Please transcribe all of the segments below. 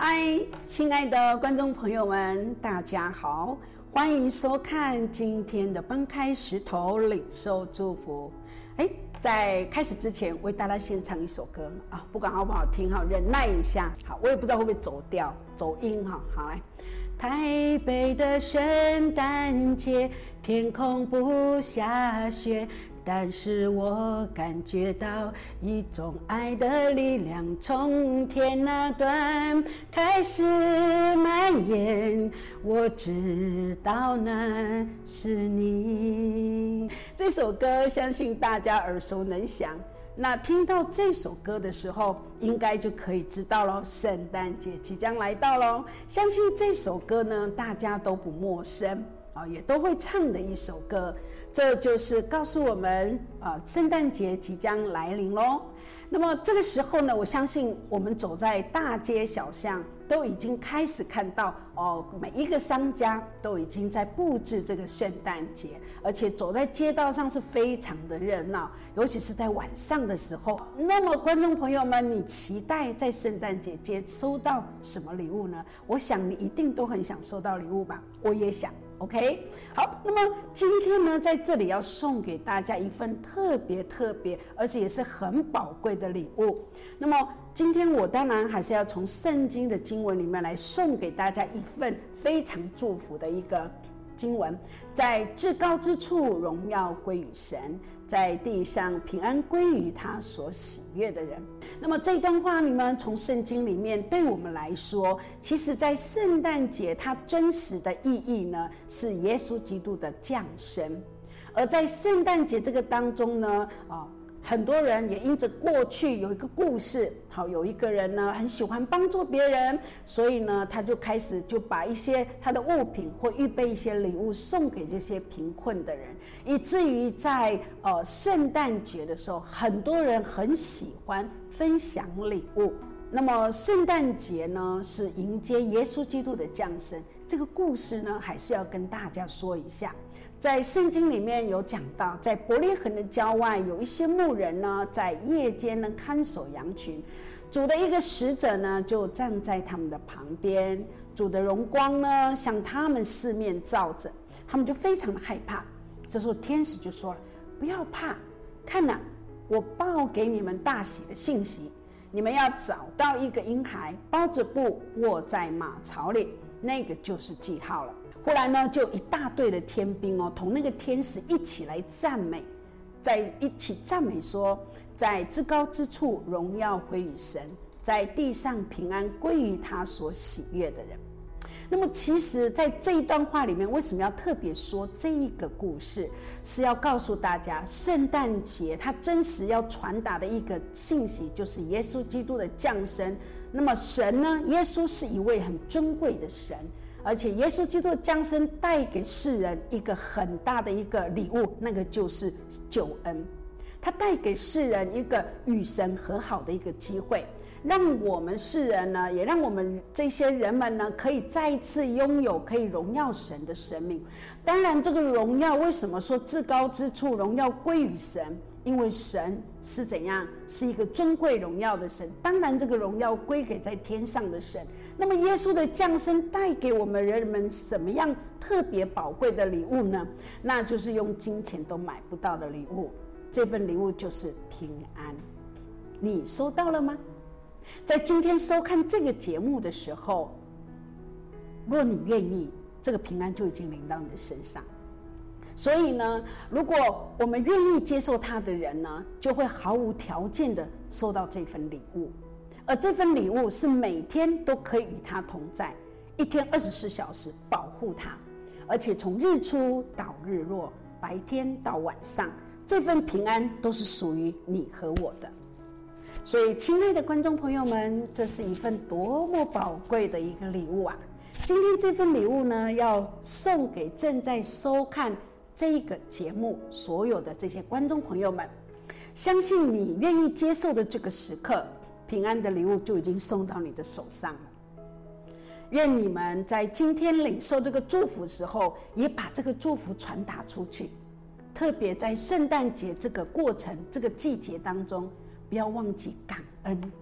嗨，亲爱的观众朋友们，大家好，欢迎收看今天的搬开石头领受祝福。在开始之前，为大家先唱一首歌啊，不管好不好听哈，忍耐一下。好，我也不知道会不会走调、走音哈。好，来，台北的圣诞节，天空不下雪，但是我感觉到一种爱的力量从天那端开始蔓延，我知道那是你。这首歌相信大家耳熟能详，那听到这首歌的时候，应该就可以知道了，圣诞节即将来到咯。相信这首歌呢，大家都不陌生也都会唱的一首歌，这就是告诉我们圣诞节即将来临咯。那么这个时候呢，我相信我们走在大街小巷都已经开始看到每一个商家都已经在布置这个圣诞节，而且走在街道上是非常的热闹，尤其是在晚上的时候。那么观众朋友们，你期待在圣诞节收到什么礼物呢？我想你一定都很想收到礼物吧，我也想。OK， 好，那么今天呢，在这里要送给大家一份特别，而且也是很宝贵的礼物。那么今天我当然还是要从圣经的经文里面来送给大家一份非常祝福的一个经文，在至高之处荣耀归于神，在地上平安归于他所喜悦的人。那么这段话呢，从圣经里面对我们来说，其实在圣诞节它真实的意义呢，是耶稣基督的降生。而在圣诞节这个当中呢，很多人也因着过去有一个故事，有一个人呢很喜欢帮助别人，所以呢他就开始把一些他的物品或预备一些礼物送给这些贫困的人，以至于在圣诞节的时候，很多人很喜欢分享礼物。那么圣诞节呢是迎接耶稣基督的降生，这个故事呢还是要跟大家说一下。在圣经里面有讲到，在伯利恒的郊外有一些牧人呢，在夜间呢看守羊群，主的一个使者呢就站在他们的旁边，主的荣光呢向他们四面照着，他们就非常的害怕。这时候天使就说了，不要怕，看哪，我报给你们大喜的信息，你们要找到一个婴孩，包着布卧在马槽里，那个就是记号了。忽然呢，就一大队的天兵同那个天使一起来赞美，在一起赞美说，在至高之处荣耀归于神，在地上平安归于他所喜悦的人。那么其实在这一段话里面，为什么要特别说这一个故事，是要告诉大家，圣诞节它真实要传达的一个信息，就是耶稣基督的降生。那么神呢，耶稣是一位很尊贵的神，而且耶稣基督的降生带给世人一个很大的一个礼物，那个就是救恩。他带给世人一个与神和好的一个机会，让我们世人呢，也让我们这些人们呢，可以再一次拥有可以荣耀神的生命。当然这个荣耀，为什么说至高之处荣耀归于神？因为神是怎样，是一个尊贵荣耀的神，当然这个荣耀归给在天上的神。那么耶稣的降生带给我们人们什么样特别宝贵的礼物呢？那就是用金钱都买不到的礼物，这份礼物就是平安。你收到了吗？在今天收看这个节目的时候，若你愿意，这个平安就已经临到你的身上。所以呢，如果我们愿意接受他的人呢，就会毫无条件的收到这份礼物。而这份礼物是每天都可以与他同在，一天24小时保护他，而且从日出到日落，白天到晚上，这份平安都是属于你和我的。所以亲爱的观众朋友们，这是一份多么宝贵的一个礼物啊！今天这份礼物呢，要送给正在收看这个节目所有的这些观众朋友们，相信你愿意接受的这个时刻，平安的礼物就已经送到你的手上了。愿你们在今天领受这个祝福的时候，也把这个祝福传达出去。特别在圣诞节这个过程、这个季节当中，不要忘记感恩。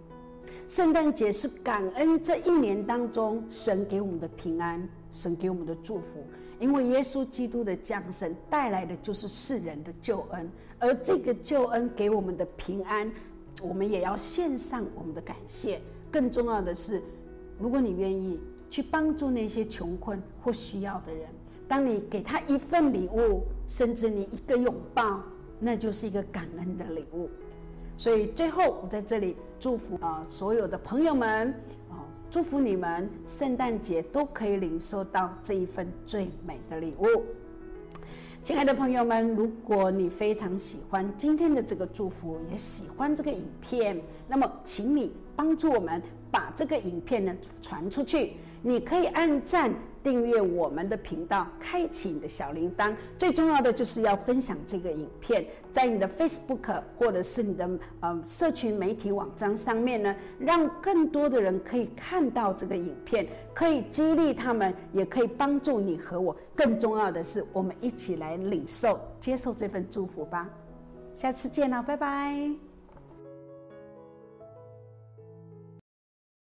圣诞节是感恩这一年当中神给我们的平安，神给我们的祝福。因为耶稣基督的降生带来的就是世人的救恩，而这个救恩给我们的平安，我们也要献上我们的感谢。更重要的是，如果你愿意去帮助那些穷困或需要的人，当你给他一份礼物，甚至你一个拥抱，那就是一个感恩的礼物。所以最后我在这里祝福所有的朋友们，祝福你们圣诞节都可以领受到这一份最美的礼物。亲爱的朋友们，如果你非常喜欢今天的这个祝福，也喜欢这个影片，那么请你帮助我们把这个影片呢传出去。你可以按赞订阅我们的频道，开启你的小铃铛。最重要的就是要分享这个影片，在你的 Facebook 或者是你的社群媒体网站上面呢，让更多的人可以看到这个影片，可以激励他们，也可以帮助你和我。更重要的是，我们一起来领受、接受这份祝福吧。下次见了，拜拜。